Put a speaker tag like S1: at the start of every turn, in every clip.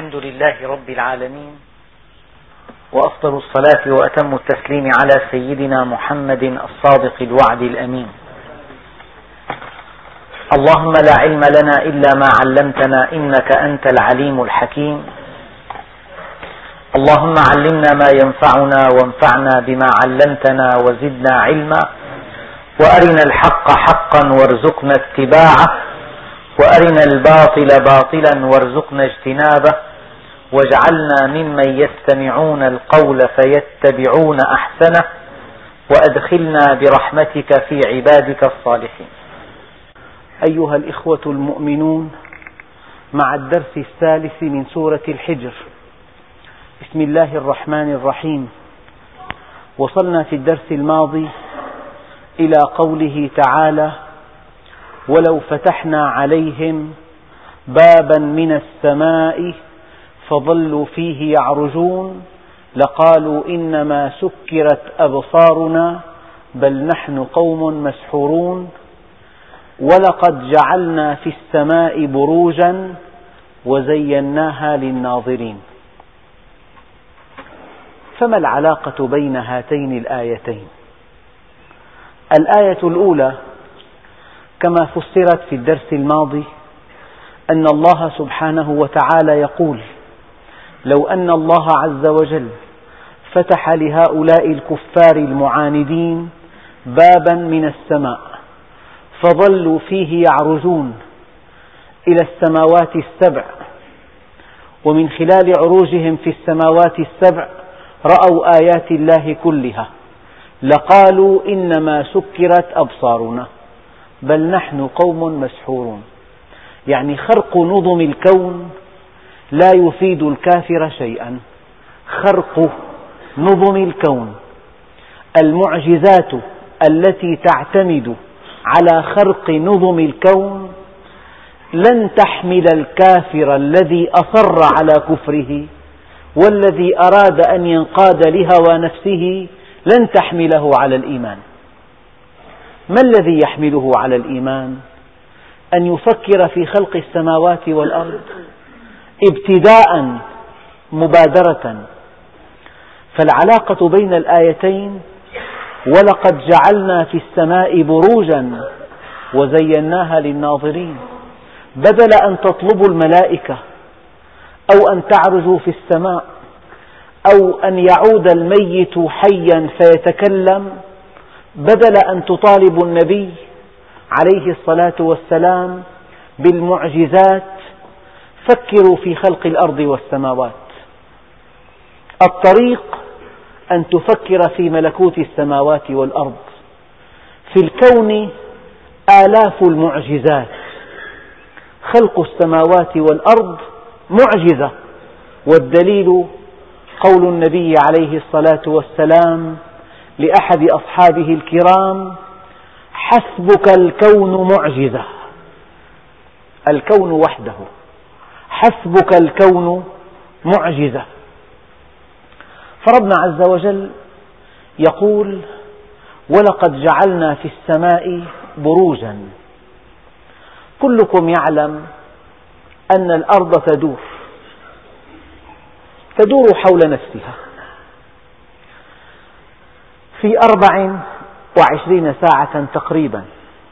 S1: الحمد لله رب العالمين، وأفضل الصلاة وأتم التسليم على سيدنا محمد الصادق الوعد الأمين. اللهم لا علم لنا إلا ما علمتنا إنك أنت العليم الحكيم. اللهم علمنا ما ينفعنا وانفعنا بما علمتنا وزدنا علما، وأرنا الحق حقا وارزقنا اتباعه، وأرنا الباطل باطلا وارزقنا اجتنابه، واجعلنا ممن يستمعون القول فيتبعون أحسنه، وأدخلنا برحمتك في عبادك الصالحين.
S2: أيها الإخوة المؤمنون، مع الدرس الثالث من سورة الحجر. بسم الله الرحمن الرحيم. وصلنا في الدرس الماضي إلى قوله تعالى: ولو فتحنا عليهم بابا من السماء فظلوا فيه يعرجون لقالوا إنما سكرت أبصارنا بل نحن قوم مسحورون ولقد جعلنا في السماء بروجا وزيناها للناظرين. فما العلاقة بين هاتين الآيتين؟ الآية الأولى كما فسرت في الدرس الماضي أن الله سبحانه وتعالى يقول: لو أن الله عز وجل فتح لهؤلاء الكفار المعاندين بابا من السماء فظلوا فيه يعرجون إلى السماوات السبع، ومن خلال عروجهم في السماوات السبع رأوا آيات الله كلها، لقالوا إنما سكرت أبصارنا بل نحن قوم مسحورون. يعني خرق نظم الكون لا يفيد الكافر شيئا. خرق نظم الكون، المعجزات التي تعتمد على خرق نظم الكون لن تحمل الكافر الذي أصر على كفره والذي أراد أن ينقاد لهوى نفسه، لن تحمله على الإيمان. ما الذي يحمله على الإيمان؟ أن يفكر في خلق السماوات والأرض ابتداء مبادرة. فالعلاقة بين الآيتين: ولقد جعلنا في السماء بروجا وزيناها للناظرين، بدل أن تطلبوا الملائكة أو أن تعرجوا في السماء أو أن يعود الميت حيا فيتكلم، بدل أن تطالبوا النبي عليه الصلاة والسلام بالمعجزات، فكروا في خلق الأرض والسماوات. الطريق أن تفكر في ملكوت السماوات والأرض. في الكون آلاف المعجزات، خلق السماوات والأرض معجزة، والدليل قول النبي عليه الصلاة والسلام لأحد أصحابه الكرام: حسبك الكون معجزة. الكون وحده، حسبك الكون معجزة. فربنا عز وجل يقول: ولقد جعلنا في السماء بروجا. كلكم يعلم أن الأرض تدور حول نفسها في 24 ساعة تقريبا،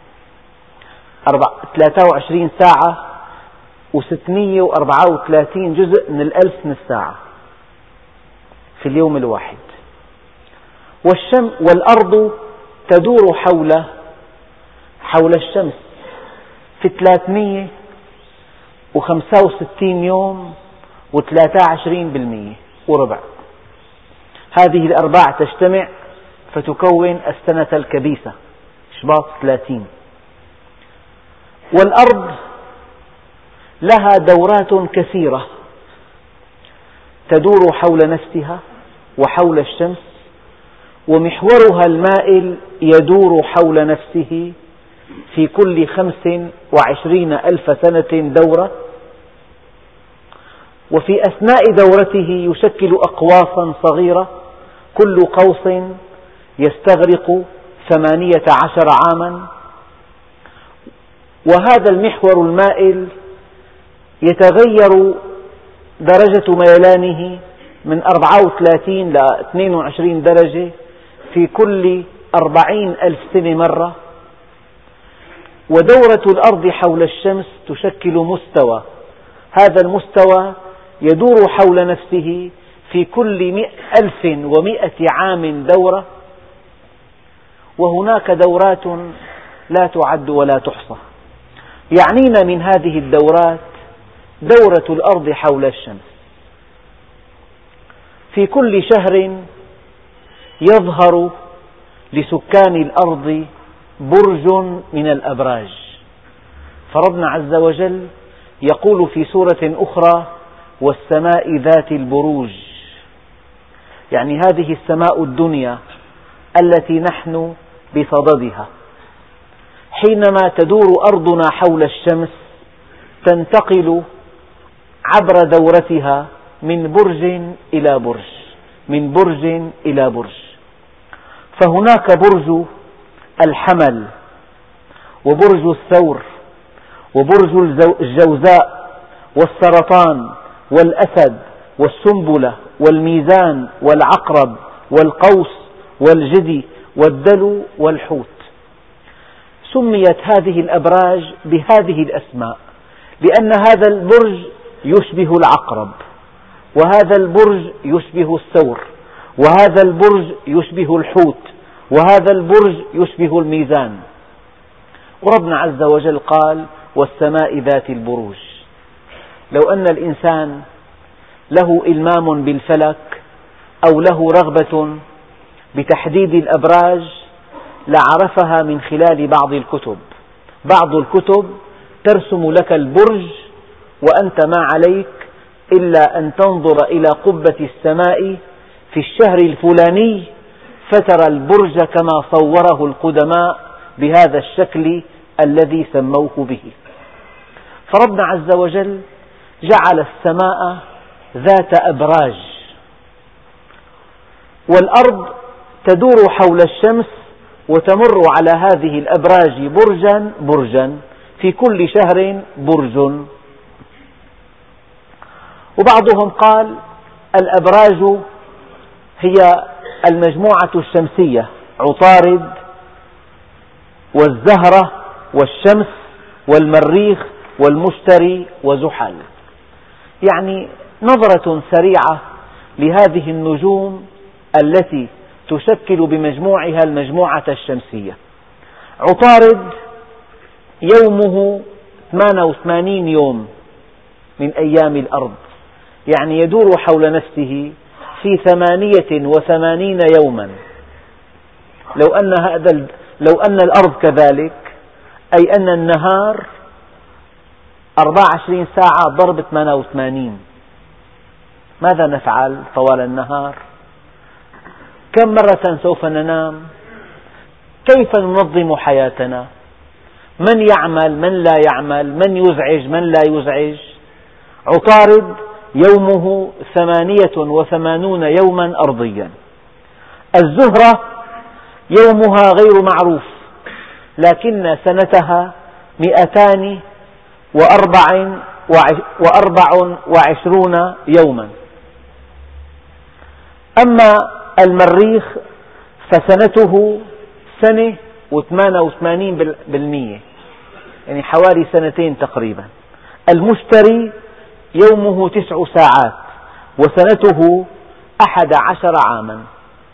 S2: 23 ساعة و634 جزء من الألف من الساعة في اليوم الواحد. والأرض تدور حول الشمس في 365 يوم و23% وربع. هذه الأرباع تجتمع فتكون السنة الكبيسة شباط 30. والأرض لها دورات كثيرة، تدور حول نفسها وحول الشمس، ومحورها المائل يدور حول نفسه في كل 25,000 سنة دورة، وفي أثناء دورته يشكل أقواصا صغيرة، كل قوس يستغرق 18 عاما. وهذا المحور المائل يتغير درجة ميلانه من 34 ل 22 درجة في كل 40,000 سنة مرة. ودورة الأرض حول الشمس تشكل مستوى، هذا المستوى يدور حول نفسه في كل 1100 عام دورة، وهناك دورات لا تعد ولا تحصى. يعنينا من هذه الدورات دورة الأرض حول الشمس. في كل شهر يظهر لسكان الأرض برج من الأبراج، فربنا عز وجل يقول في سورة أخرى: والسماء ذات البروج، يعني هذه السماء الدنيا التي نحن بصددها، حينما تدور أرضنا حول الشمس تنتقل عبر دورتها من برج إلى برج، من برج إلى برج. فهناك برج الحمل، وبرج الثور، وبرج الجوزاء، والسرطان، والأسد، والسنبلة، والميزان، والعقرب، والقوس، والجدي، والدلو، والحوت. سميت هذه الأبراج بهذه الأسماء لأن هذا البرج يشبه العقرب، وهذا البرج يشبه الثور، وهذا البرج يشبه الحوت، وهذا البرج يشبه الميزان. وربنا عز وجل قال: والسماء ذات البروج. لو أن الإنسان له إلمام بالفلك أو له رغبة بتحديد الأبراج لعرفها من خلال بعض الكتب. بعض الكتب ترسم لك البرج وأنت ما عليك إلا أن تنظر إلى قبة السماء في الشهر الفلاني فترى البرج كما صوره القدماء بهذا الشكل الذي سموه به. فربنا عز وجل جعل السماء ذات أبراج، والأرض تدور حول الشمس وتمر على هذه الأبراج برجا برجا، في كل شهر برج. وبعضهم قال الأبراج هي المجموعة الشمسية: عطارد، والزهرة، والشمس، والمريخ، والمشتري، وزحل. يعني نظرة سريعة لهذه النجوم التي تشكل بمجموعها المجموعة الشمسية. عطارد يومه 88 يوم من أيام الأرض، يعني يدور حول نفسه في 88 يوما. لو أن الأرض كذلك، أي أن النهار 24 ساعة ضرب 88، ماذا نفعل طوال النهار؟ كم مرة سوف ننام؟ كيف ننظم حياتنا؟ من يعمل، من لا يعمل، من يزعج، من لا يزعج؟ عطارد يومه 88 يوما أرضيا. الزهرة يومها غير معروف، لكن سنتها 224 يوما. أما المريخ فسنته 1.88%، يعني حوالي 2 تقريبا. المشتري يومه 9 ساعات وسنته 11 عاما،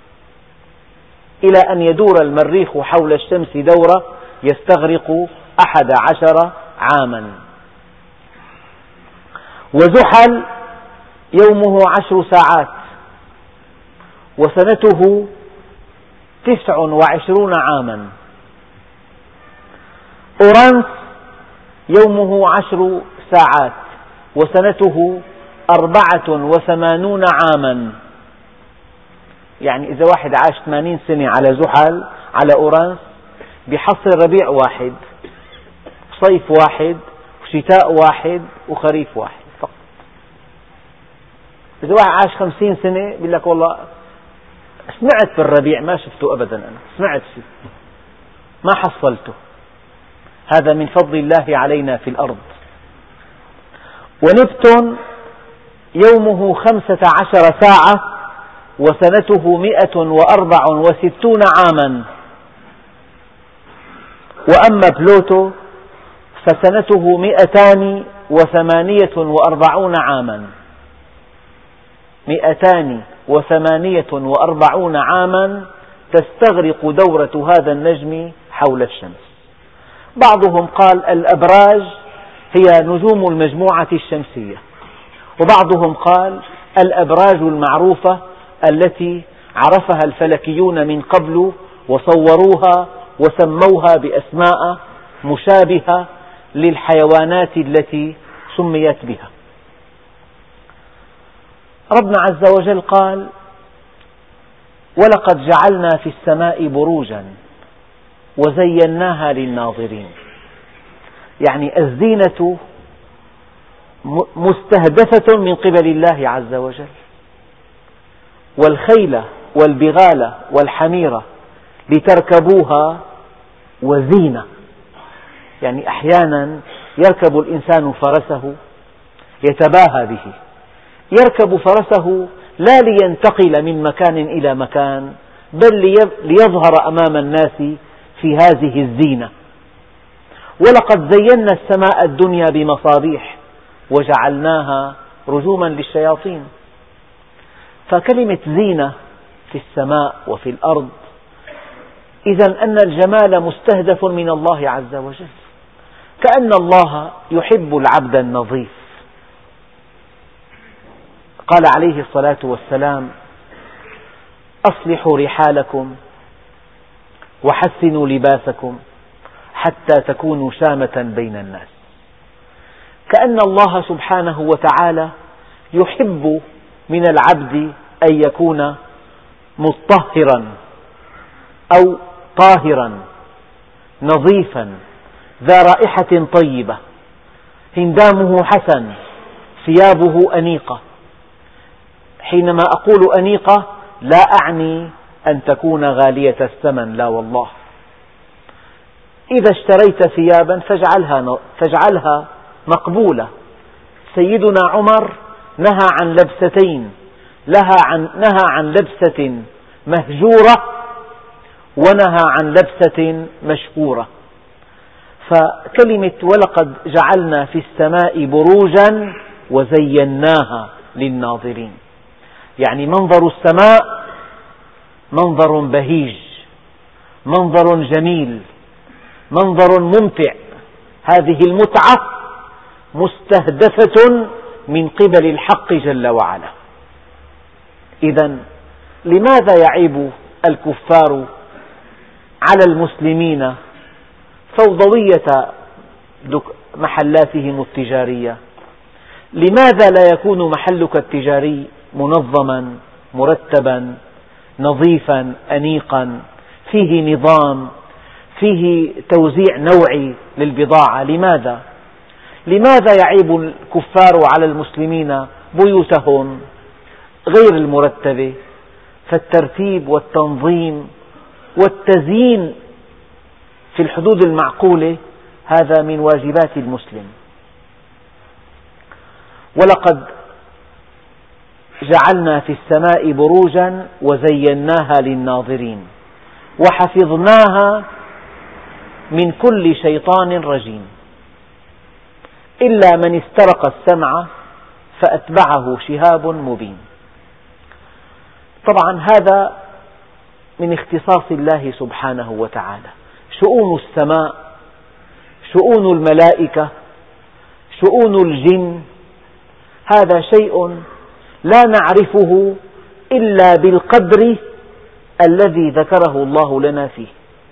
S2: إلى أن يدور المريخ حول الشمس دورة يستغرق 11 عاما. وزحل يومه 10 ساعات وسنته 29 عاما. أورانس يومه 10 ساعات وسنته 84 عاما. يعني إذا واحد عاش 80 سنة على زحل، على أورانس، بيحصل ربيع واحد، صيف واحد، وشتاء واحد، وخريف واحد فقط. إذا واحد عاش 50 سنة بيقول لك والله سمعت بالربيع ما شفته أبدا، أنا سمعت فيه ما حصلته. هذا من فضل الله علينا في الأرض. ونبتون يومه 15 ساعة وسنته 164 عاما، وأما بلوتو فسنته 248 عاما. 248 عاما تستغرق دورة هذا النجم حول الشمس. بعضهم قال الأبراج هي نجوم المجموعة الشمسية، وبعضهم قال الأبراج المعروفة التي عرفها الفلكيون من قبل وصوروها وسموها بأسماء مشابهة للحيوانات التي سميت بها. ربنا عز وجل قال: ولقد جعلنا في السماء بروجا وزيناها للناظرين. يعني الزينة مستهدفة من قبل الله عز وجل، والخيل والبغال والحمير لتركبوها وزينة. يعني أحيانا يركب الإنسان فرسه يتباهى به، يركب فرسه لا لينتقل من مكان إلى مكان، بل ليظهر أمام الناس في هذه الزينة. ولقد زينا السماء الدنيا بمصابيح وجعلناها رجوما للشياطين. فكلمة زينة في السماء وفي الأرض، إذن أن الجمال مستهدف من الله عز وجل، كأن الله يحب العبد النظيف. قال عليه الصلاة والسلام: أصلحوا رحالكم وحسنوا لباسكم حتى تكونوا شامة بين الناس. كأن الله سبحانه وتعالى يحب من العبد أن يكون مطهرا أو طاهرا نظيفا ذا رائحة طيبة، هندامه حسن، ثيابه أنيقة. حينما أقول أنيقة لا أعني أن تكون غالية الثمن، لا والله. إذا اشتريت ثيابا فاجعلها مقبولة. سيدنا عمر نهى عن لبستين، نهى عن لبسة مهجورة ونهى عن لبسة مشكورة. فكلمة ولقد جعلنا في السماء بروجا وزيناها للناظرين، يعني منظر السماء منظر بهيج، منظر جميل، منظر ممتع. هذه المتعة مستهدفة من قبل الحق جل وعلا. إذن لماذا يعيب الكفار على المسلمين فوضوية محلاتهم التجارية؟ لماذا لا يكون محلك التجاري منظما مرتبا نظيفا أنيقا فيه نظام، فيه توزيع نوعي للبضاعة؟ لماذا يعيب الكفار على المسلمين بيوتهم غير المرتبة؟ فالترتيب والتنظيم والتزيين في الحدود المعقولة هذا من واجبات المسلم. ولقد جعلنا في السماء بروجا وزيناها للناظرين وحفظناها من كل شيطان رجيم إلا من استرق السمع فأتبعه شهاب مبين. طبعا هذا من اختصاص الله سبحانه وتعالى. شؤون السماء، شؤون الملائكة، شؤون الجن، هذا شيء لا نعرفه إلا بالقدر الذي ذكره الله لنا فيه.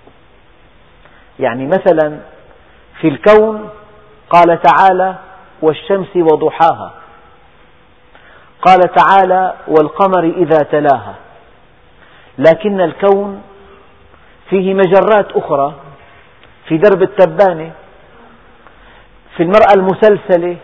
S2: يعني مثلا في الكون قال تعالى: والشمس وضحاها، قال تعالى: والقمر إذا تلاها. لكن الكون فيه مجرات أخرى، في درب التبانة، في المرأة المسلسلة،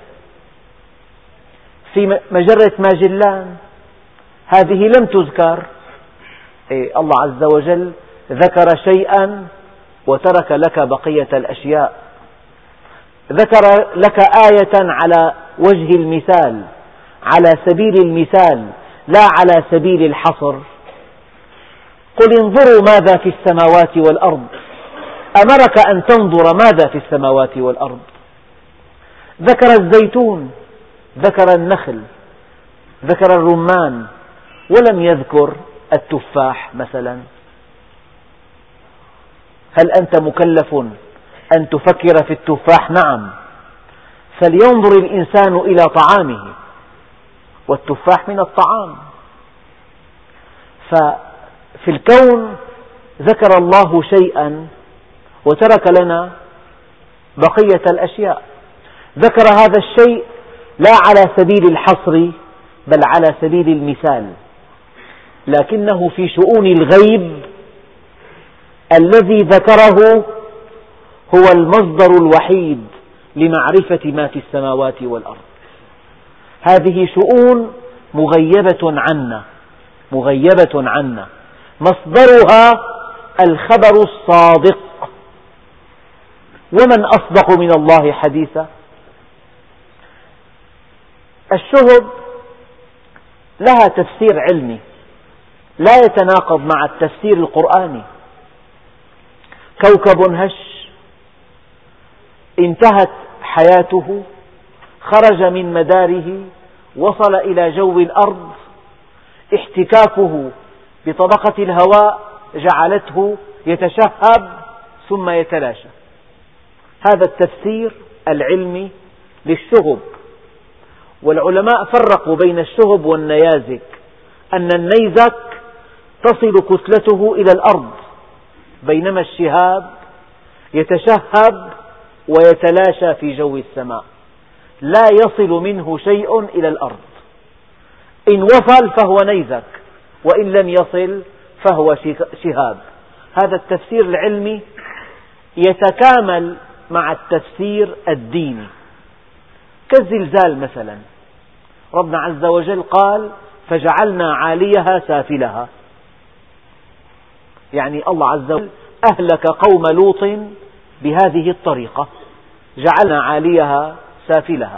S2: في مجرة ماجلان، هذه لم تذكر. الله عز وجل ذكر شيئا وترك لك بقية الأشياء، ذكر لك آية على وجه المثال على سبيل المثال لا على سبيل الحصر. قل انظروا ماذا في السماوات والأرض، أمرك أن تنظر ماذا في السماوات والأرض. ذكر الزيتون، ذكر النخل، ذكر الرمان، ولم يذكر التفاح مثلا. هل أنت مكلف أن تفكر في التفاح؟ نعم. فلينظر الإنسان إلى طعامه، والتفاح من الطعام. ففي الكون ذكر الله شيئا وترك لنا بقية الأشياء. ذكر هذا الشيء لا على سبيل الحصر بل على سبيل المثال، لكنه في شؤون الغيب الذي ذكره هو المصدر الوحيد لمعرفة ما في السماوات والأرض. هذه شؤون مغيبة عنا، مصدرها الخبر الصادق. ومن أصدق من الله حديثا؟ الشهب لها تفسير علمي لا يتناقض مع التفسير القرآني. كوكب هش انتهت حياته، خرج من مداره، وصل إلى جو الأرض، احتكاكه بطبقة الهواء جعلته يتشهب ثم يتلاشى. هذا التفسير العلمي للشهب. والعلماء فرقوا بين الشهب والنيازك، أن النيزك تصل كتلته إلى الأرض، بينما الشهاب يتشهب ويتلاشى في جو السماء، لا يصل منه شيء إلى الأرض. إن وصل فهو نيزك، وإن لم يصل فهو شهاب. هذا التفسير العلمي يتكامل مع التفسير الديني. كالزلزال مثلا، ربنا عز وجل قال فجعلنا عاليها سافلها، يعني الله عز وجل أهلك قوم لوط بهذه الطريقة، جعلنا عاليها سافلها.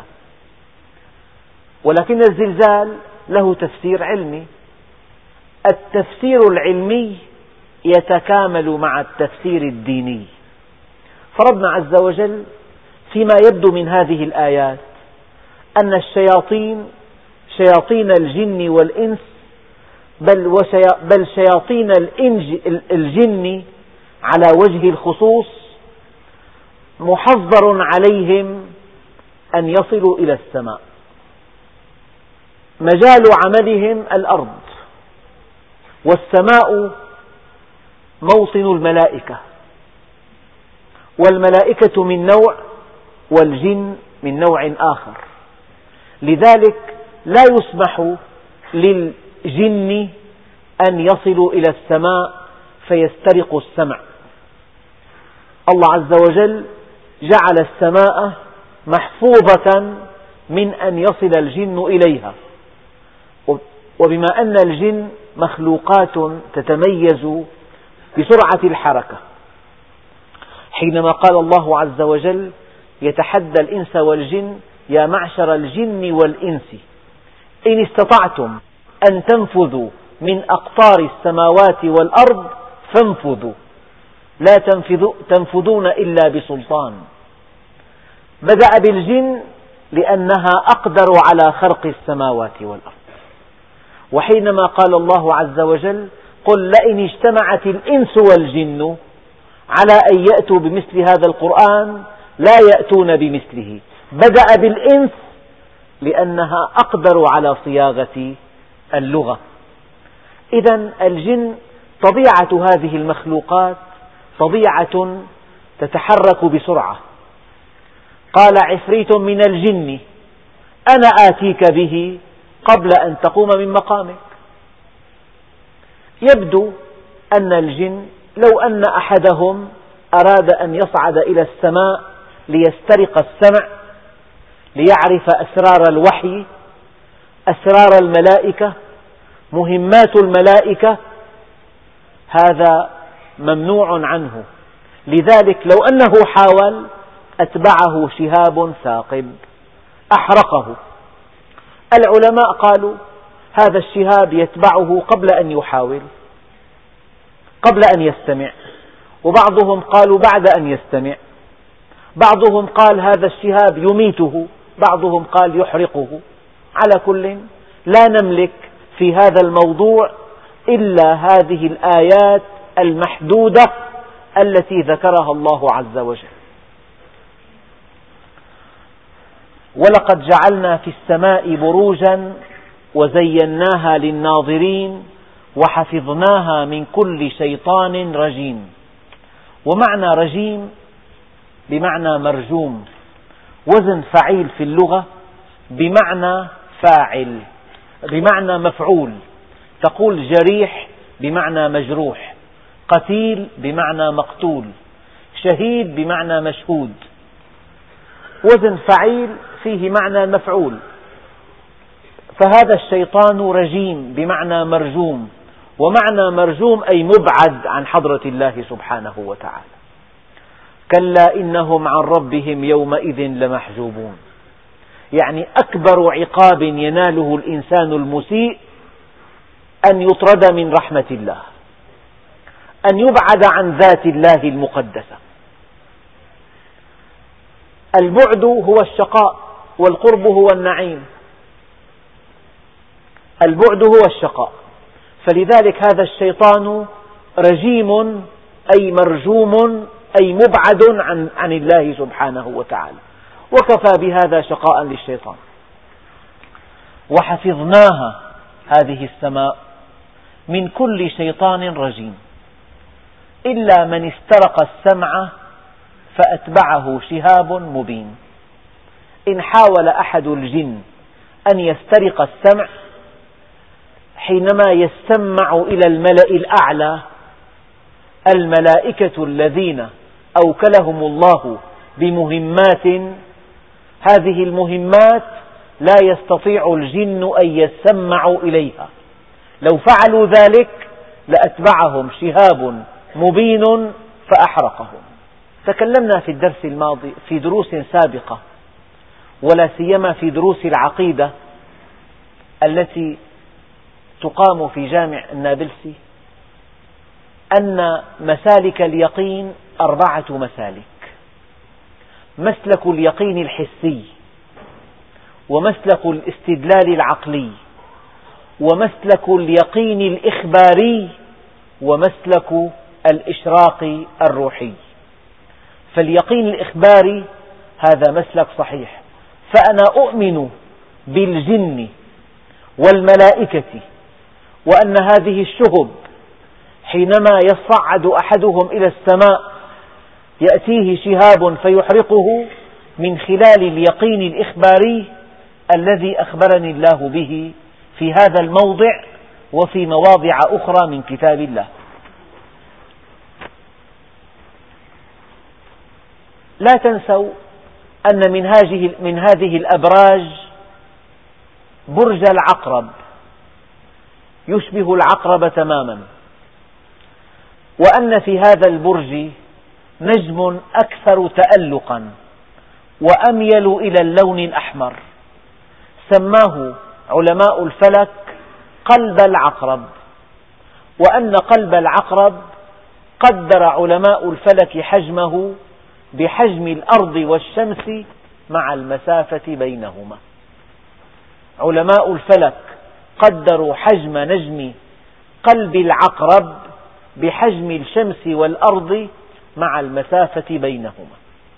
S2: ولكن الزلزال له تفسير علمي. التفسير العلمي يتكامل مع التفسير الديني. فربنا عز وجل فيما يبدو من هذه الآيات أن شياطين الجن والإنس، بل شياطين الجن على وجه الخصوص، محظر عليهم أن يصلوا إلى السماء. مجال عملهم الأرض، والسماء موطن الملائكة، والملائكة من نوع والجن من نوع آخر. لذلك لا يسمح للجن أن يصلوا إلى السماء فيسترقوا السمع. الله عز وجل جعل السماء محفوظة من أن يصل الجن إليها. وبما أن الجن مخلوقات تتميز بسرعة الحركة، حينما قال الله عز وجل يتحدى الإنس والجن يا معشر الجن والإنس إن استطعتم أن تنفذوا من أقطار السماوات والأرض فانفذوا لا تنفذون إلا بسلطان. بدأ بالجن لأنها أقدر على خرق السماوات والأرض. وحينما قال الله عز وجل قل لئن اجتمعت الإنس والجن على أن يأتوا بمثل هذا القرآن لا يأتون بمثله، بدأ بالإنس لأنها أقدر على صياغة اللغة. إذن الجن طبيعة هذه المخلوقات طبيعة تتحرك بسرعة. قال عفريت من الجن أنا آتيك به قبل أن تقوم من مقامك. يبدو أن الجن لو أن أحدهم أراد أن يصعد إلى السماء ليسترق السمع، ليعرف أسرار الوحي، أسرار الملائكة، مهمات الملائكة، هذا ممنوع عنه. لذلك لو أنه حاول أتبعه شهاب ثاقب أحرقه. العلماء قالوا هذا الشهاب يتبعه قبل أن يحاول، قبل أن يستمع، وبعضهم قالوا بعد أن يستمع، بعضهم قال هذا الشهاب يميته، بعضهم قال يحرقه. على كل لا نملك في هذا الموضوع إلا هذه الآيات المحدودة التي ذكرها الله عز وجل. ولقد جعلنا في السماء بروجا وزيناها للناظرين وحفظناها من كل شيطان رجيم. ومعنى رجيم بمعنى مرجوم، وزن فعيل في اللغة بمعنى فاعل، بمعنى مفعول. تقول جريح بمعنى مجروح، قتيل بمعنى مقتول، شهيد بمعنى مشهود. وزن فعيل فيه معنى مفعول. فهذا الشيطان رجيم بمعنى مرجوم، ومعنى مرجوم أي مبعد عن حضرة الله سبحانه وتعالى. كلا إنهم عن ربهم يومئذ لمحجوبون، يعني أكبر عقاب يناله الإنسان المسيء أن يطرد من رحمة الله، أن يبعد عن ذات الله المقدسة. البعد هو الشقاء والقرب هو النعيم. البعد هو الشقاء، فلذلك هذا الشيطان رجيم أي مرجوم أي مبعد عن الله سبحانه وتعالى، وكفى بهذا شقاء للشيطان. وحفظناها هذه السماء من كل شيطان رجيم إلا من استرق السمع فأتبعه شهاب مبين. إن حاول أحد الجن أن يسترق السمع حينما يستمع إلى الملأ الأعلى، الملائكة الذين أوكلهم الله بمهمات، هذه المهمات لا يستطيع الجن أن يسمعوا إليها، لو فعلوا ذلك لأتبعهم شهاب مبين فأحرقهم. تكلمنا في الدرس الماضي في دروس سابقة، ولا سيما في دروس العقيدة التي تقام في جامع النابلسي، أن مسالك اليقين 4 مسالك: مسلك اليقين الحسي، ومسلك الاستدلال العقلي، ومسلك اليقين الإخباري، ومسلك الإشراق الروحي. فاليقين الإخباري هذا مسلك صحيح، فأنا أؤمن بالجن والملائكة وأن هذه الشهب حينما يصعد أحدهم إلى السماء يأتيه شهاب فيحرقه من خلال اليقين الإخباري الذي أخبرني الله به في هذا الموضع وفي مواضع أخرى من كتاب الله. لا تنسوا أن من هذه الأبراج برج العقرب يشبه العقرب تماما، وأن في هذا البرج نجم أكثر تألقا وأميل إلى اللون الأحمر، سماه علماء الفلك قلب العقرب. وأن قلب العقرب قدر علماء الفلك حجمه بحجم الأرض والشمس مع المسافة بينهما. علماء الفلك قدروا حجم نجم قلب العقرب بحجم الشمس والأرض مع المسافة بينهما.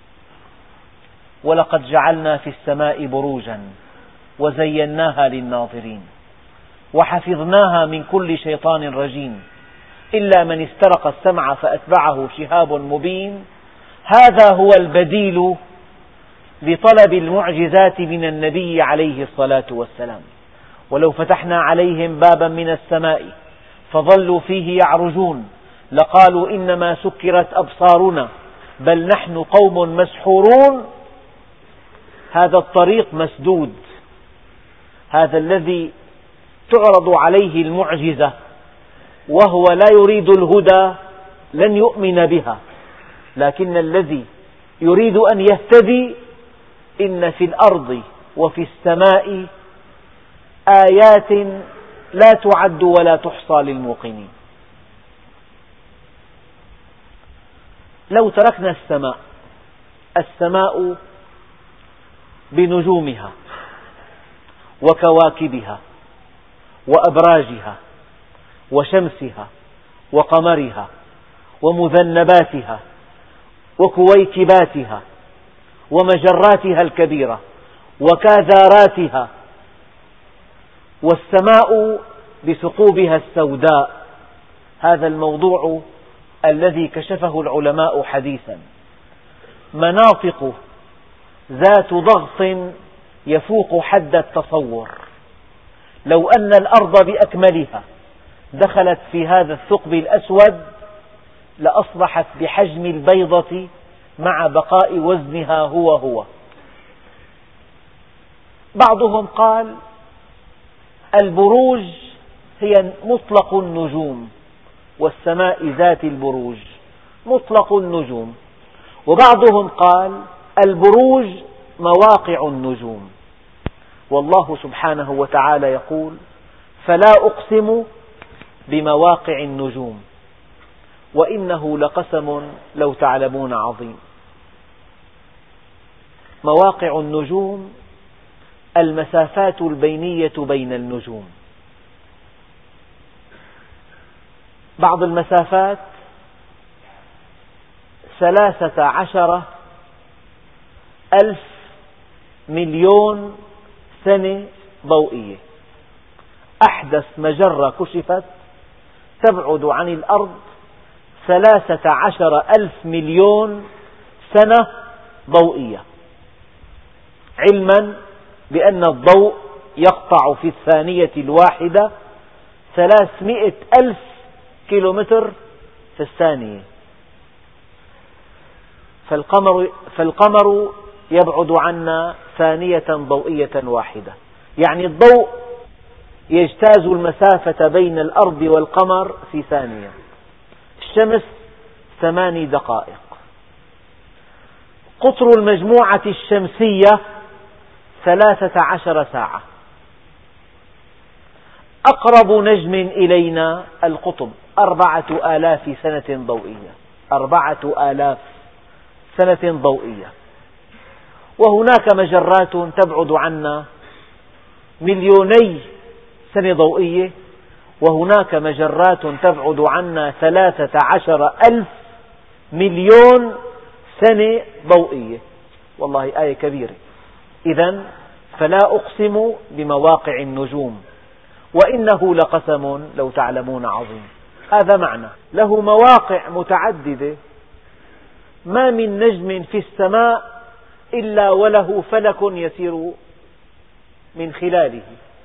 S2: ولقد جعلنا في السماء بروجا وزيناها للناظرين وحفظناها من كل شيطان رجيم إلا من استرق السمع فأتبعه شهاب مبين. هذا هو البديل لطلب المعجزات من النبي عليه الصلاة والسلام. ولو فتحنا عليهم بابا من السماء فظلوا فيه يعرجون لقالوا إنما سكرت أبصارنا بل نحن قوم مسحورون. هذا الطريق مسدود، هذا الذي تعرض عليه المعجزة وهو لا يريد الهدى لن يؤمن بها، لكن الذي يريد أن يهتدي إن في الأرض وفي السماء آيات لا تعد ولا تحصى للموقنين. لو تركنا السماء بنجومها وكواكبها وأبراجها وشمسها وقمرها ومذنباتها وكويكباتها ومجراتها الكبيرة وكاذاراتها، والسماء بثقوبها السوداء، هذا الموضوع الذي كشفه العلماء حديثا، مناطق ذات ضغط يفوق حد التصور. لو أن الأرض بأكملها دخلت في هذا الثقب الأسود لأصبحت بحجم البيضة مع بقاء وزنها هو. بعضهم قال البروج هي مطلق النجوم، والسماء ذات البروج مطلق النجوم، وبعضهم قال البروج مواقع النجوم. والله سبحانه وتعالى يقول: فلا أقسم بمواقع النجوم وإنه لقسم لو تعلمون عظيم. مواقع النجوم المسافات البينية بين النجوم. بعض المسافات 13,000 مليون سنة ضوئية. أحدث مجرة كشفت تبعد عن الأرض 13,000 مليون سنة ضوئية، علما بأن الضوء يقطع في الثانية الواحدة 300,000 كيلومتر في الثانية. فالقمر يبعد عنا ثانية ضوئية واحدة، يعني الضوء يجتاز المسافة بين الأرض والقمر في ثانية. الشمس 8 دقائق. قطر المجموعة الشمسية 13 ساعة. أقرب نجم إلينا القطب 4,000 سنة ضوئية، 4,000 سنة ضوئية. وهناك مجرات تبعد عنا مليوني سنة ضوئية، وهناك مجرات تبعد عنا 13,000 مليون سنة ضوئية. والله آية كبيرة. إذن فلا أقسم بمواقع النجوم وإنه لقسم لو تعلمون عظيم. هذا معنى له مواقع متعددة، ما من نجم في السماء إلا وله فلك يسير من خلاله.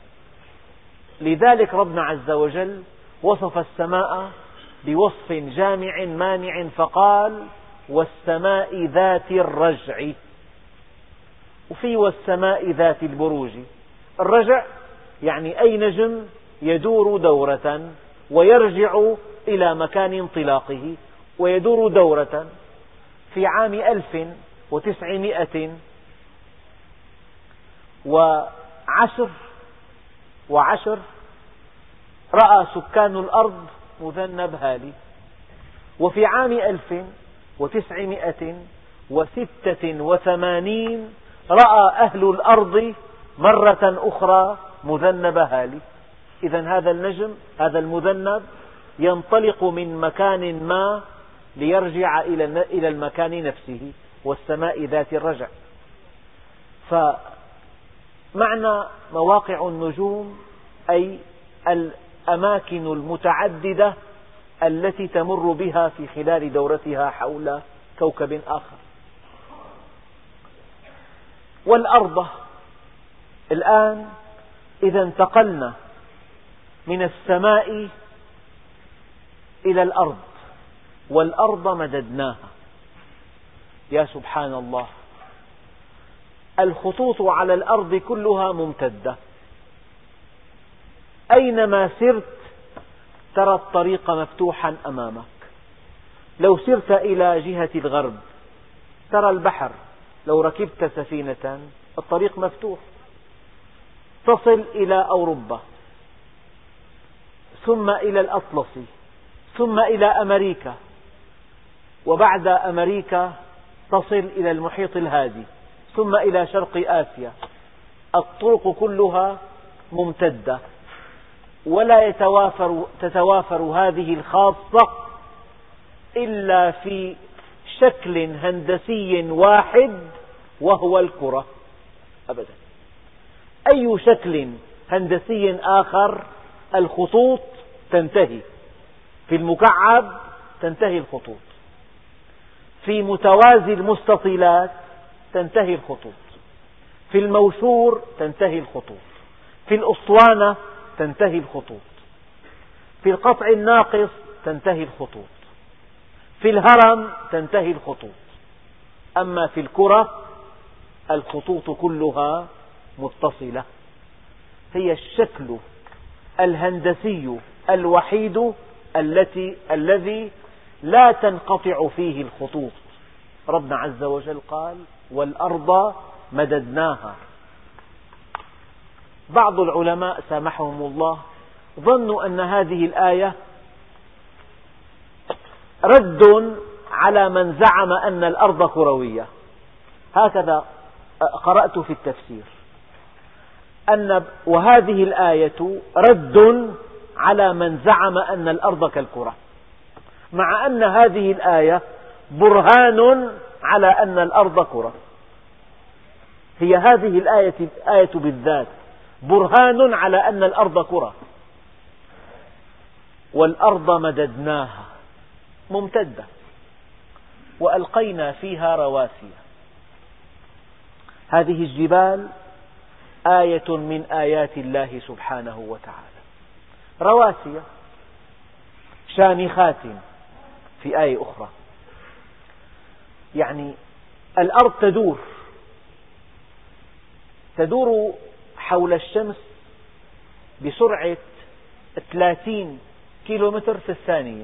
S2: لذلك ربنا عز وجل وصف السماء بوصف جامع مانع فقال: والسماء ذات الرجع. وفي والسماء ذات البروج. الرجع يعني أي نجم يدور دورة ويرجع إلى مكان انطلاقه ويدور دورة. في عام 1910 رأى سكان الأرض مذنب هالي، وفي عام 1986 رأى أهل الأرض مرة أخرى مذنب هالي. إذن هذا النجم، هذا المذنب، ينطلق من مكان ما ليرجع إلى المكان نفسه، والسماء ذات الرجع. فمعنى مواقع النجوم أي الأماكن المتعددة التي تمر بها في خلال دورتها حول كوكب آخر. والأرض الآن إذا انتقلنا من السماء إلى الأرض، والأرض مددناها. يا سبحان الله، الخطوط على الأرض كلها ممتدة، أينما سرت ترى الطريق مفتوحا أمامك. لو سرت إلى جهة الغرب ترى البحر، لو ركبت سفينة الطريق مفتوح. تصل إلى أوروبا، ثم إلى الأطلسي، ثم إلى أمريكا، وبعد أمريكا تصل إلى المحيط الهادي، ثم إلى شرق آسيا. الطرق كلها ممتدة، ولا تتوافر هذه الخاصة إلا في شكل هندسي واحد، وهو الكرة. أبدا أي شكل هندسي آخر الخطوط تنتهي، في المكعب تنتهي الخطوط، في متوازي المستطيلات تنتهي الخطوط، في الموشور تنتهي الخطوط، في الأسطوانة تنتهي الخطوط، في القطع الناقص تنتهي الخطوط، في الهرم تنتهي الخطوط. أما في الكرة الخطوط كلها متصلة. هي الشكل الهندسي الوحيد الذي لا تنقطع فيه الخطوط. ربنا عز وجل قال: والأرض مددناها. بعض العلماء سامحهم الله ظنوا أن هذه الآية رد على من زعم أن الأرض كروية. هكذا قرأت في التفسير، وهذه الآية رد على من زعم أن الأرض كالكرة، مع أن هذه الآية برهان على أن الأرض كرة. هي هذه الآية بالذات برهان على أن الأرض كرة. والأرض مددناها، ممتدة، وألقينا فيها رواسي. هذه الجبال آية من آيات الله سبحانه وتعالى، رواسي شامخات في آية أخرى. يعني الأرض تدور حول الشمس بسرعة 30 كيلومتر في الثانية.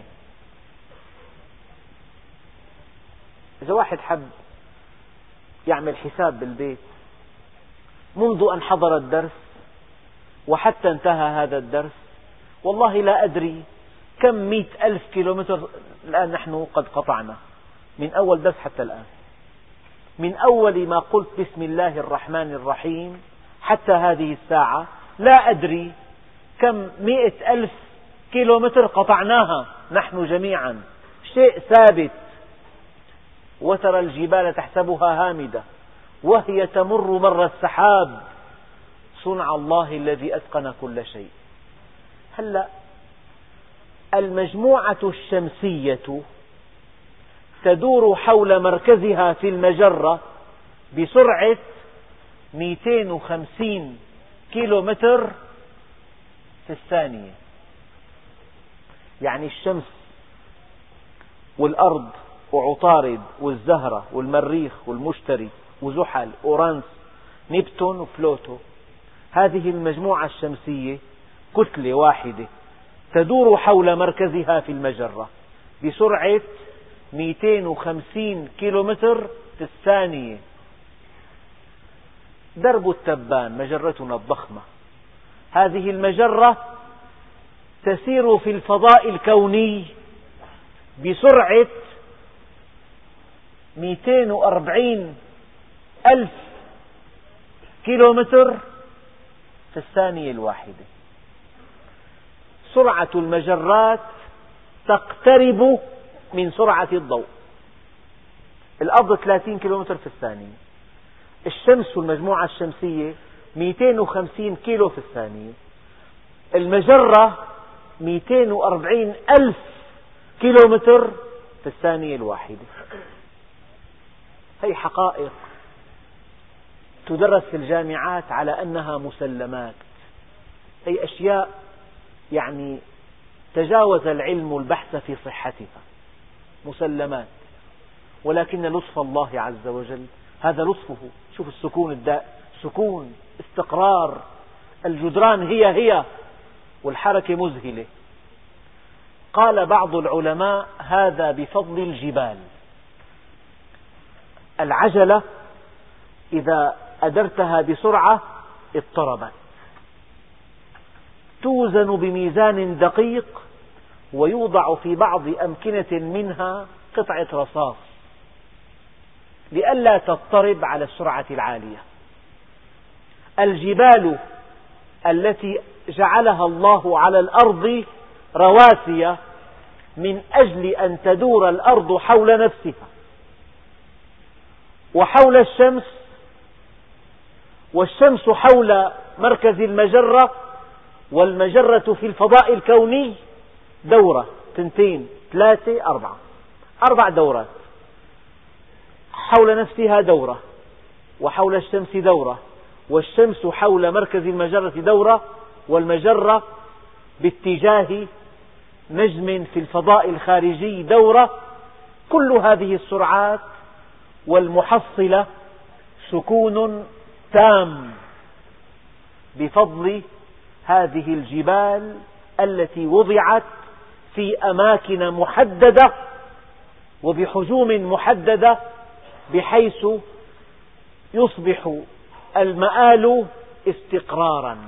S2: إذا واحد حب يعمل حساب بالبيت منذ أن حضر الدرس وحتى انتهى هذا الدرس، والله لا أدري كم 100,000 كيلومتر الآن نحن قد قطعنا من أول درس حتى الآن. من أول ما قلت بسم الله الرحمن الرحيم حتى هذه الساعة لا أدري كم 100,000 كيلومتر قطعناها نحن جميعا. شيء ثابت. وترى الجبال تحسبها هامدة وهي تمر مر السحاب صنع الله الذي أتقن كل شيء. هلأ المجموعة الشمسية تدور حول مركزها في المجرة بسرعة 250 كيلومتر في الثانية. يعني الشمس والأرض وعطارد والزهرة والمريخ والمشتري وزحل أورانس نبتون وبلوتو، هذه المجموعة الشمسية كتلة واحدة تدور حول مركزها في المجرة بسرعة 250 كيلومتر في الثانية. درب التبان مجرتنا الضخمة، هذه المجرة تسير في الفضاء الكوني بسرعة 240,000 كيلومتر في الثانية الواحدة. سرعة المجرات تقترب من سرعة الضوء. الأرض 30 كيلومتر في الثانية، الشمس والمجموعة الشمسية 250 كيلو في الثانية، المجرة 240,000 كيلومتر في الثانية الواحدة. هي حقائق تدرس في الجامعات على أنها مسلمات. هي أشياء يعني تجاوز العلم البحث في صحتها، مسلمات، ولكن لطف الله عز وجل هذا لطفه. شوف السكون سكون، استقرار، الجدران هي والحركة مذهلة. قال بعض العلماء هذا بفضل الجبال. العجلة إذا أدرتها بسرعة اضطربت، توزن بميزان دقيق ويوضع في بعض أمكنة منها قطعة رصاص لئلا تضطرب على السرعة العالية. الجبال التي جعلها الله على الأرض رواسي من أجل أن تدور الأرض حول نفسها وحول الشمس، والشمس حول مركز المجرة، والمجرة في الفضاء الكوني دورة، 2 3 4 دورات، حول نفسها دورة، وحول الشمس دورة، والشمس حول مركز المجرة دورة، والمجرة باتجاه نجم في الفضاء الخارجي دورة. كل هذه السرعات والمحصلة سكون تام بفضل هذه الجبال التي وضعت في أماكن محددة وبحجوم محددة، بحيث يصبح المآل استقرارا.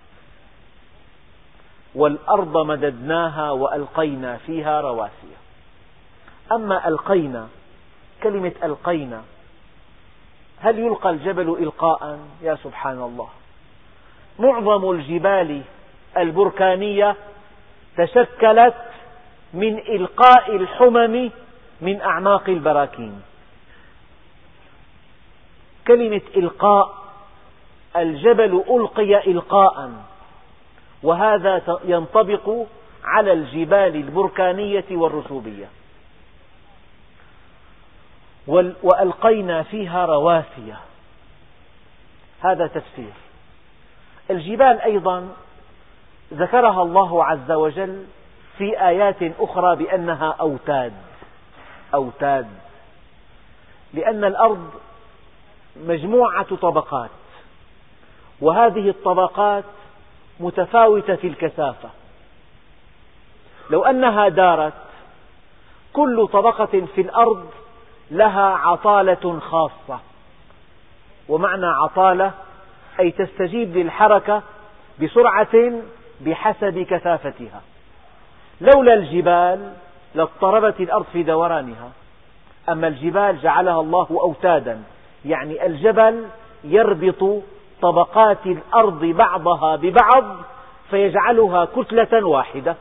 S2: والأرض مددناها وألقينا فيها رواسي. أما ألقينا، كلمة ألقينا، هل يلقى الجبل إلقاء؟ يا سبحان الله، معظم الجبال البركانية تشكلت من إلقاء الحمم من أعماق البراكين. كلمة إلقاء، الجبل ألقي إلقاء، وهذا ينطبق على الجبال البركانية والرسوبية. وألقينا فيها رواسي، هذا تفسير. الجبال أيضا ذكرها الله عز وجل في آيات أخرى بأنها أوتاد، لأن الأرض مجموعة طبقات، وهذه الطبقات متفاوتة في الكثافة. لو أنها دارت، كل طبقة في الأرض لها عطالة خاصة، ومعنى عطالة أي تستجيب للحركة بسرعة بحسب كثافتها. لولا الجبال لاضطربت الأرض في دورانها. أما الجبال جعلها الله أوتادا، يعني الجبل يربط طبقات الأرض بعضها ببعض فيجعلها كتلة واحدة.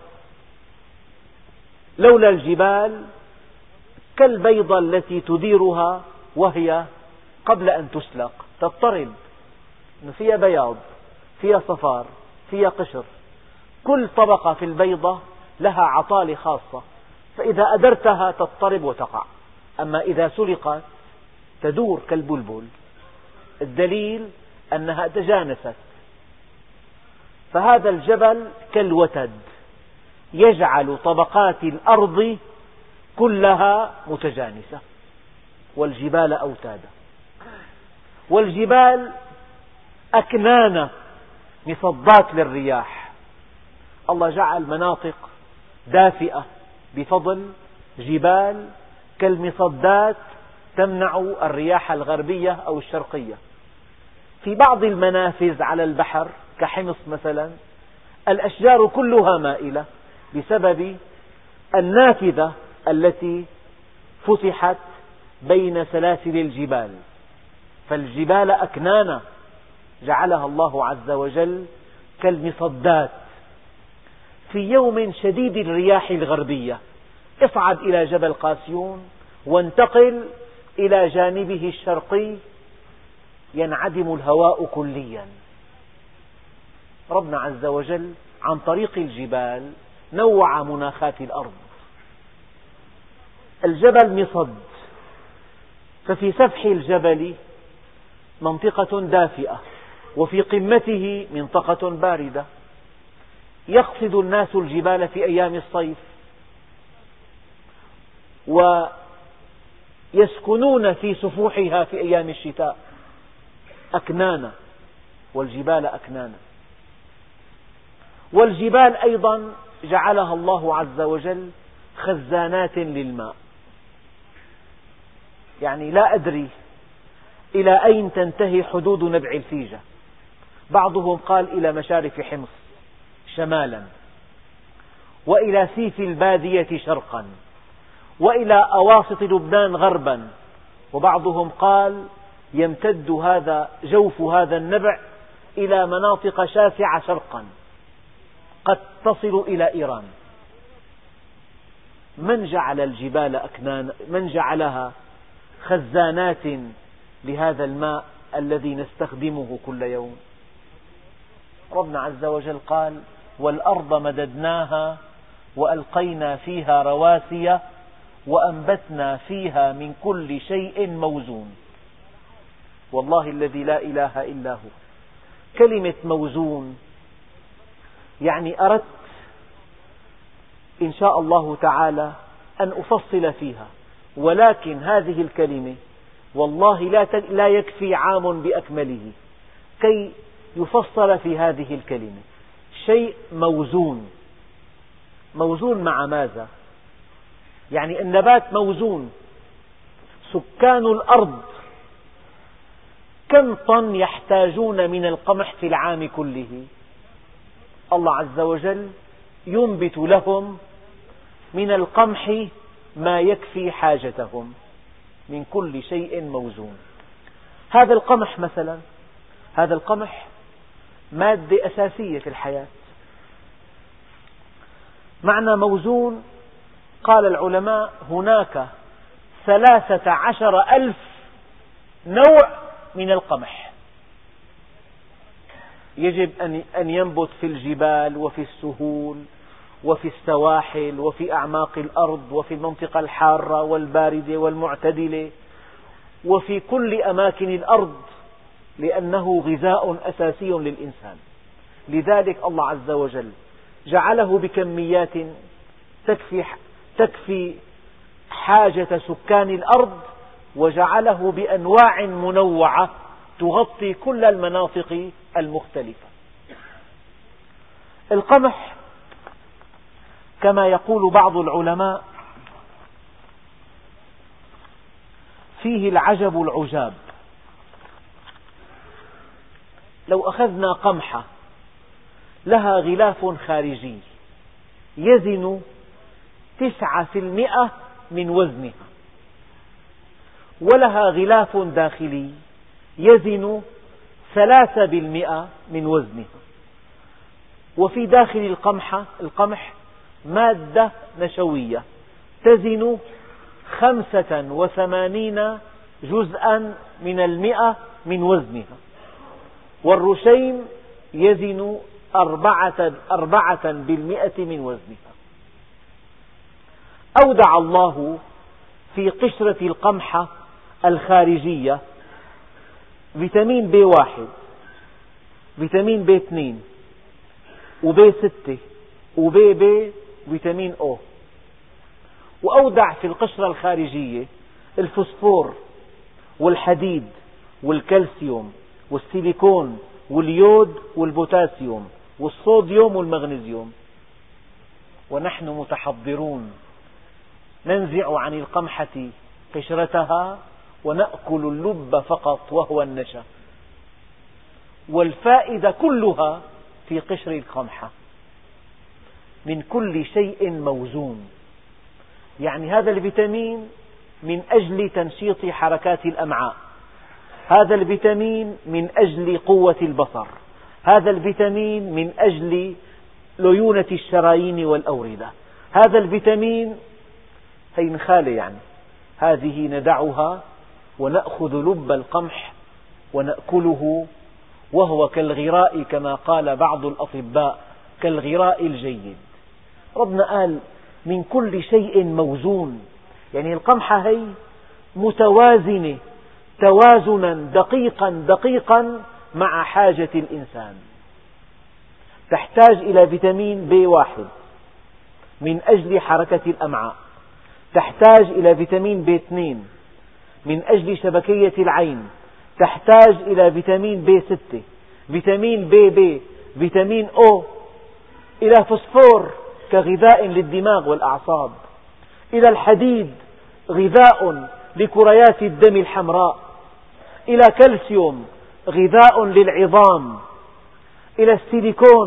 S2: لولا الجبال كالبيضة التي تديرها وهي قبل أن تسلق تضطرب، فيها بياض، فيها صفار، فيها قشر، كل طبقة في البيضة لها عطالة خاصة، فإذا أدرتها تضطرب وتقع. أما إذا سلقت تدور كالبلبل، الدليل أنها تجانست. فهذا الجبل كالوتد يجعل طبقات الأرض كلها متجانسة، والجبال أوتادا. والجبال أكنان مصدات للرياح. الله جعل مناطق دافئة بفضل جبال كالمصدات تمنع الرياح الغربية أو الشرقية. في بعض المنافذ على البحر كحمص مثلا، الأشجار كلها مائلة بسبب النافذة التي فتحت بين سلاسل الجبال. فالجبال أكنانا جعلها الله عز وجل كالمصدات. في يوم شديد الرياح الغربية اصعد إلى جبل قاسيون وانتقل إلى جانبه الشرقي، ينعدم الهواء كليا. ربنا عز وجل عن طريق الجبال نوع مناخات الأرض. الجبل مصد، ففي سفح الجبل منطقة دافئة، وفي قمته منطقة باردة. يقصد الناس الجبال في أيام الصيف، ويسكنون في سفوحها في أيام الشتاء. أكنانا، والجبال أكنانا. والجبال أيضا جعلها الله عز وجل خزانات للماء. يعني لا أدري إلى أين تنتهي حدود نبع الفيجة. بعضهم قال إلى مشارف حمص، شمالا، وإلى سيف البادية شرقا، وإلى أواسط لبنان غربا، وبعضهم قال يمتد جوف هذا النبع إلى مناطق شاسعة شرقا قد تصل إلى إيران. من جعل الجبال أكنان؟ من جعلها خزانات لهذا الماء الذي نستخدمه كل يوم؟ ربنا عز وجل قال والأرض مددناها وألقينا فيها رواسي وأنبتنا فيها من كل شيء موزون. والله الذي لا إله إلا هو، كلمة موزون يعني أردت إن شاء الله تعالى أن أفصل فيها، ولكن هذه الكلمة والله لا يكفي عام بأكمله كي يفصل في هذه الكلمة. شيء موزون، موزون مع ماذا؟ يعني النبات موزون. سكان الأرض كم طن يحتاجون من القمح في العام كله؟ الله عز وجل ينبت لهم من القمح ما يكفي حاجتهم من كل شيء موزون. هذا القمح مثلا، هذا القمح مادة أساسية في الحياة. معنى موزون، قال العلماء هناك 13,000 نوع من القمح يجب أن ينبت في الجبال وفي السهول وفي السواحل وفي أعماق الأرض وفي المنطقة الحارة والباردة والمعتدلة وفي كل أماكن الأرض، لأنه غذاء أساسي للإنسان. لذلك الله عز وجل جعله بكميات تكفي حاجة سكان الأرض، وجعله بأنواع منوعة تغطي كل المناطق المختلفة. القمح كما يقول بعض العلماء فيه العجب العجاب. لو أخذنا قمحة لها غلاف خارجي يزن 9% من وزنها، ولها غلاف داخلي يزن 3% من وزنها، وفي داخل القمح مادة نشوية تزن 85 جزءا من 100 من وزنها، والرشيم يزن 4% من وزنها. أودع الله في قشرة القمحة الخارجية فيتامين B1 فيتامين B2 وB6 وB فيتامين O، وأودع في القشرة الخارجية الفوسفور والحديد والكالسيوم والسيليكون واليود والبوتاسيوم والصوديوم والمغنيسيوم. ونحن متحضرون ننزع عن القمحة قشرتها ونأكل اللب فقط وهو النشا، والفائدة كلها في قشر القمحة. من كل شيء موزون، يعني هذا الفيتامين من أجل تنشيط حركات الأمعاء، هذا الفيتامين من أجل قوة البصر، هذا الفيتامين من أجل ليونة الشرايين والأوردة، هذا الفيتامين هي نخالة، يعني هذه ندعها ونأخذ لب القمح ونأكله، وهو كالغراء كما قال بعض الأطباء، كالغراء الجيد. ربنا قال من كل شيء موزون، يعني القمحة هي متوازنة توازنا دقيقا مع حاجة الإنسان. تحتاج إلى فيتامين B1 من أجل حركة الأمعاء، تحتاج إلى فيتامين B2 من أجل شبكية العين، تحتاج إلى فيتامين B6 فيتامين BB فيتامين O، إلى فوسفور كغذاء للدماغ والأعصاب، إلى الحديد غذاء لكريات الدم الحمراء، إلى كالسيوم غذاء للعظام، إلى السيليكون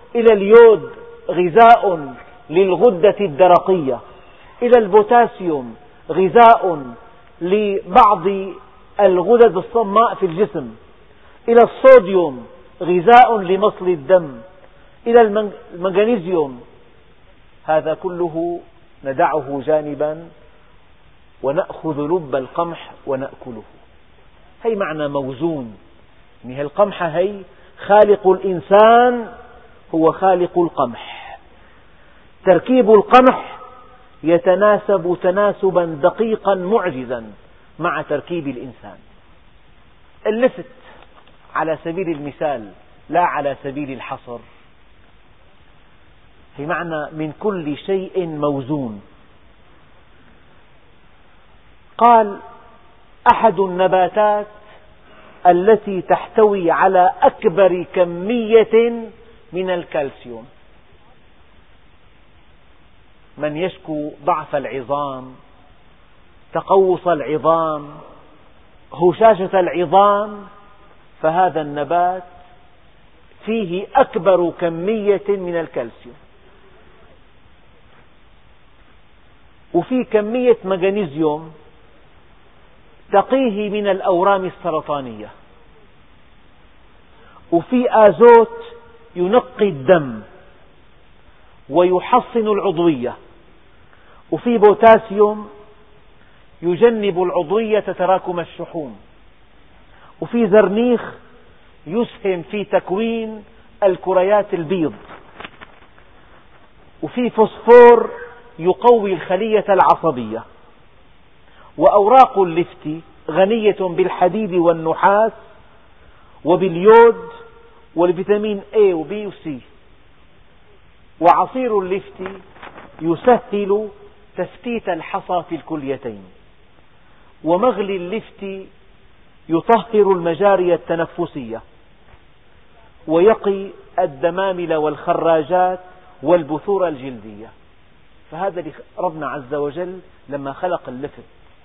S2: إلى اليود غذاء للغدة الدرقية، إلى البوتاسيوم غذاء لبعض الغدد الصماء في الجسم، إلى الصوديوم غذاء لمصل الدم، إلى المغنيسيوم. هذا كله ندعه جانبا ونأخذ لب القمح ونأكله. هي معنى موزون، يعني القمح هي خالق الإنسان هو خالق القمح. تركيب القمح يتناسب تناسبا دقيقا معجزا مع تركيب الإنسان. اللفت على سبيل المثال لا على سبيل الحصر، في معنى من كل شيء موزون. قال أحد النباتات التي تحتوي على أكبر كمية من الكالسيوم. من يشكو ضعف العظام، تقوس العظام، هشاشة العظام، فهذا النبات فيه أكبر كمية من الكالسيوم، وفي كمية مغنيسيوم تقيه من الأورام السرطانية، وفي آزوت ينقي الدم ويحصن العضوية، وفي بوتاسيوم يجنب العضوية تراكم الشحوم، وفي زرنيخ يسهم في تكوين الكريات البيض، وفي فوسفور يقوي الخلية العصبية. وأوراق اللفت غنية بالحديد والنحاس وباليود والفيتامين A و B و C. وعصير اللفت يسهل تفتيت الحصى في الكليتين. ومغلي اللفت يطهر المجاري التنفسية ويقي الدمامل والخراجات والبثور الجلدية. فهذا ربنا عز وجل لما خلق اللفت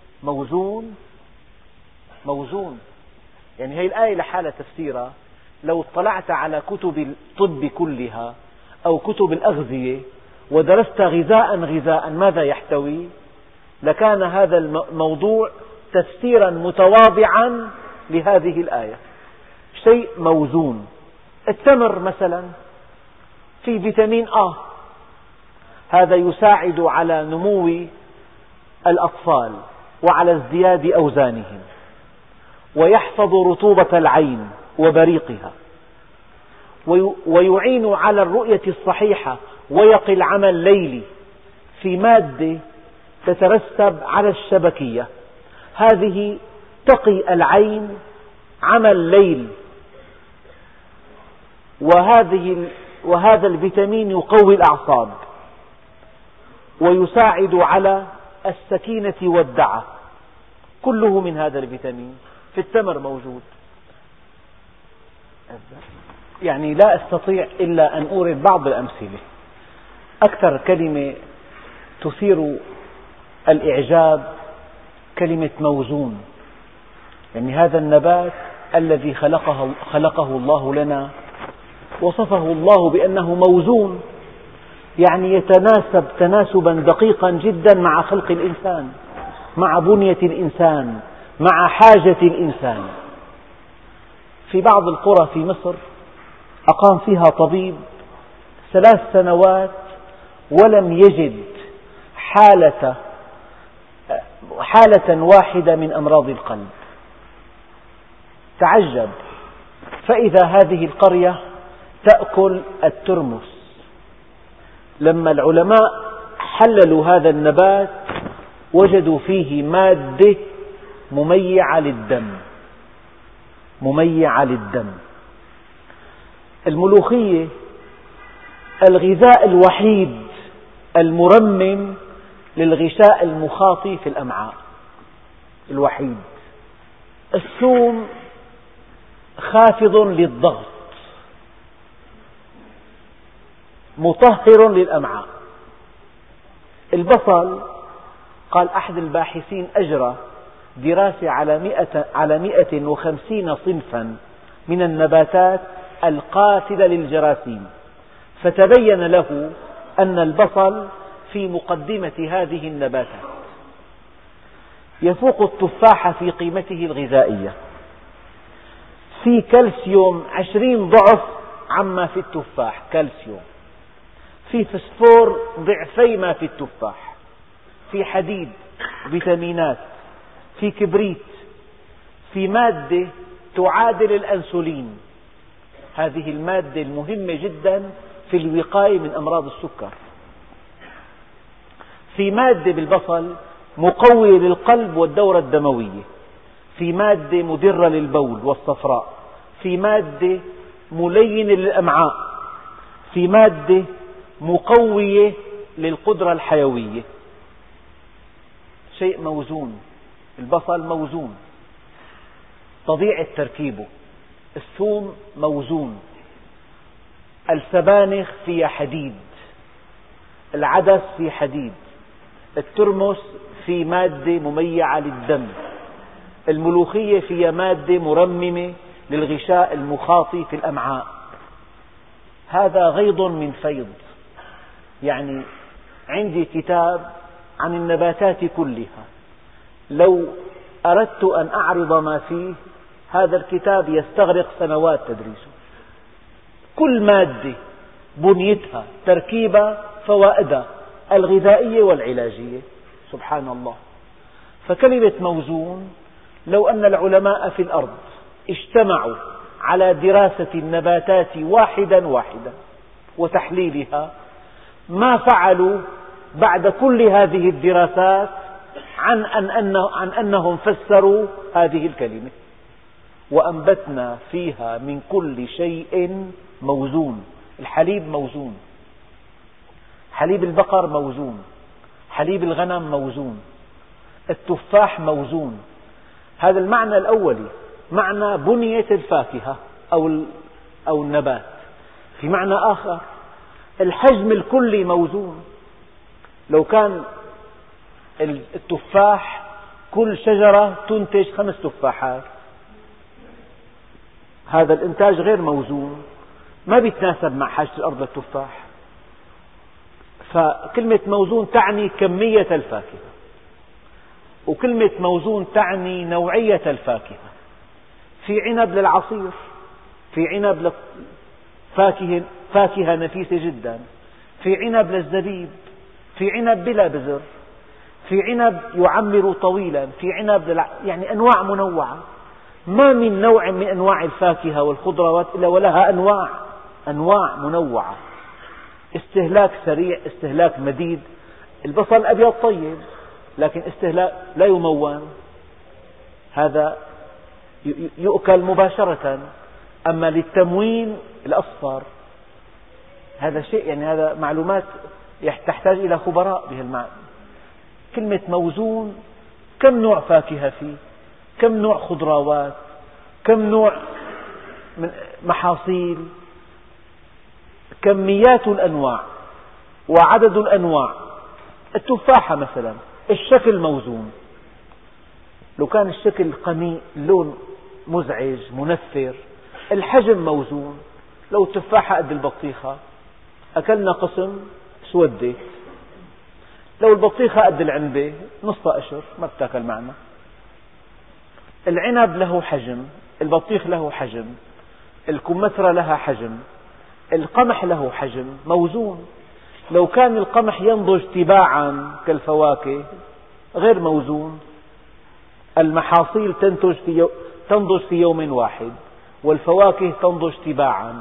S2: موزون. يعني هذه الآية لحالها تفسيرها لو اطلعت على كتب الطب كلها أو كتب الأغذية ودرست غذاء ماذا يحتوي، لكان هذا الموضوع تفسيرا متواضعا لهذه الآية. شيء موزون. التمر مثلا في فيتامين A، هذا يساعد على نمو الأطفال وعلى ازدياد أوزانهم، ويحفظ رطوبة العين وبريقها، ويعين على الرؤية الصحيحة، ويقي العمى الليلي في مادة تترسب على الشبكية، هذه تقي العين عمى الليل. وهذا الفيتامين يقوي الأعصاب ويساعد على السكينة والدعة، كله من هذا الفيتامين في التمر موجود. يعني لا أستطيع إلا أن أورد بعض الأمثلة. أكثر كلمة تثير الإعجاب كلمة موزون. يعني هذا النبات الذي خلقه الله لنا وصفه الله بأنه موزون، يعني يتناسب تناسبا دقيقا جدا مع خلق الإنسان، مع بنية الإنسان، مع حاجة الإنسان. في بعض القرى في مصر أقام فيها طبيب 3 سنوات ولم يجد حالة واحدة من أمراض القلب. تعجب، فإذا هذه القرية تأكل الترمس. لما العلماء حللوا هذا النبات وجدوا فيه مادة مميعة للدم. الملوخية الغذاء الوحيد المرمم للغشاء المخاطي في الأمعاء الوحيد. الثوم خافض للضغط، مطهر للأمعاء. البصل، قال أحد الباحثين أجرى دراسة على 150 صنفا من النباتات القاتلة للجراثيم، فتبين له أن البصل في مقدمة هذه النباتات يفوق التفاح في قيمته الغذائية، في كالسيوم 20 ضعف عما في التفاح كالسيوم، في فسفور ضعفي ما في التفاح، في حديد، فيتامينات، في كبريت، في مادة تعادل الأنسولين، هذه المادة المهمة جدا في الوقاية من أمراض السكر، في مادة بالبصل مقوية للقلب والدورة الدموية، في مادة مدرة للبول والصفراء، في مادة ملينة للأمعاء، في مادة مقوية للقدرة الحيوية. شيء موزون، البصل موزون، طبيعة تركيبه. الثوم موزون، السبانخ فيها حديد، العدس فيه حديد، الترمس فيه مادة مميعة للدم، الملوخية فيها مادة مرممة للغشاء المخاطي في الأمعاء. هذا غيض من فيض. يعني عندي كتاب عن النباتات كلها، لو أردت أن أعرض ما فيه هذا الكتاب يستغرق سنوات تدريسه. كل مادة بنيتها، تركيبها، فوائدها الغذائية والعلاجية، سبحان الله. فكلمة موزون، لو أن العلماء في الأرض اجتمعوا على دراسة النباتات واحدا واحدا وتحليلها ما فعلوا بعد كل هذه الدراسات عن أنهم فسروا هذه الكلمة. وأنبتنا فيها من كل شيء موزون. الحليب موزون، حليب البقر موزون، حليب الغنم موزون، التفاح موزون. هذا المعنى الأولي، معنى بنية الفاكهة أو النبات. في معنى آخر، الحجم الكلي موزون. لو كان التفاح كل شجرة تنتج 5 تفاحات، هذا الإنتاج غير موزون، ما بيتناسب مع حاجة الأرض للتفاح. فكلمة موزون تعني كمية الفاكهة، وكلمة موزون تعني نوعية الفاكهة. في عنب للعصير، في عنب فاكهة نفيسة جدا، في عنب للزبيب، في عنب بلا بذر، في عنب يعمر طويلا، في عنب يعني أنواع منوعة. ما من نوع من أنواع الفاكهة والخضروات إلا ولها أنواع منوعة، استهلاك سريع، استهلاك مديد. البصل الأبيض طيب لكن استهلاك لا يمون، هذا يؤكل مباشرة. أما للتموين الأصفر هذا شيء، يعني هذا معلومات تحتاج إلى خبراء بهالمعنى. كلمة موزون، كم نوع فاكهة فيه، كم نوع خضروات، كم نوع من محاصيل، كميات الأنواع وعدد الأنواع. التفاحة مثلا الشكل موزون، لو كان الشكل قميء، اللون مزعج منفر. الحجم موزون، لو التفاحة قد البطيخة أكلنا قسم سودت، لو البطيخة قد العنبة نصف قشر ما بتاكل معنا. العنب له حجم، البطيخ له حجم، الكمثرى لها حجم، القمح له حجم موزون. لو كان القمح ينضج تباعا كالفواكه غير موزون. المحاصيل تنضج في يوم واحد، والفواكه تنضج تباعا.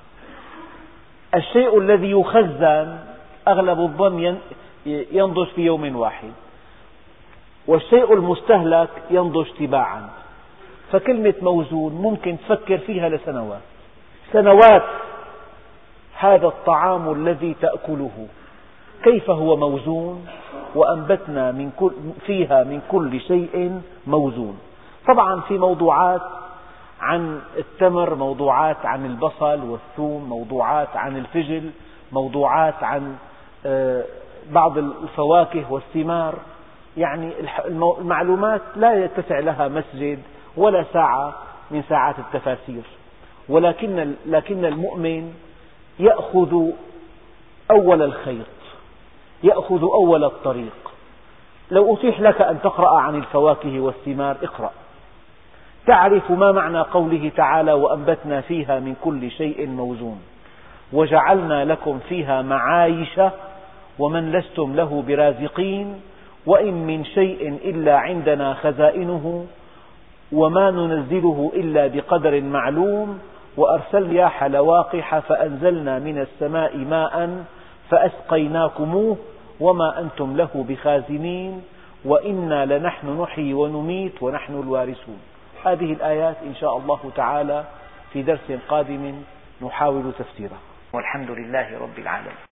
S2: الشيء الذي يخزن أغلب الظن ينضج في يوم واحد، والشيء المستهلك ينضج تباعا. فكلمة موزون ممكن تفكر فيها لسنوات. هذا الطعام الذي تأكله كيف هو موزون، وأنبتنا فيها من كل شيء موزون. طبعا في موضوعات عن التمر، موضوعات عن البصل والثوم، موضوعات عن الفجل، موضوعات عن بعض الفواكه والثمار. يعني المعلومات لا يتسع لها مسجد ولا ساعة من ساعات التفاسير. لكن المؤمن يأخذ أول الخيط، يأخذ أول الطريق. لو أتيح لك أن تقرأ عن الفواكه والثمار اقرأ، تعرف ما معنى قوله تعالى: وأنبتنا فيها من كل شيء موزون وجعلنا لكم فيها معايش ومن لستم له برازقين وإن من شيء إلا عندنا خزائنه وما ننزله إلا بقدر معلوم وأرسلنا الرياح لواقح فأنزلنا من السماء ماء فأسقيناكموه وما أنتم له بخازنين وإنا لنحن نحيي ونميت ونحن الوارثون. هذه الآيات إن شاء الله تعالى في درس قادم نحاول تفسيرها،
S1: والحمد لله رب العالمين.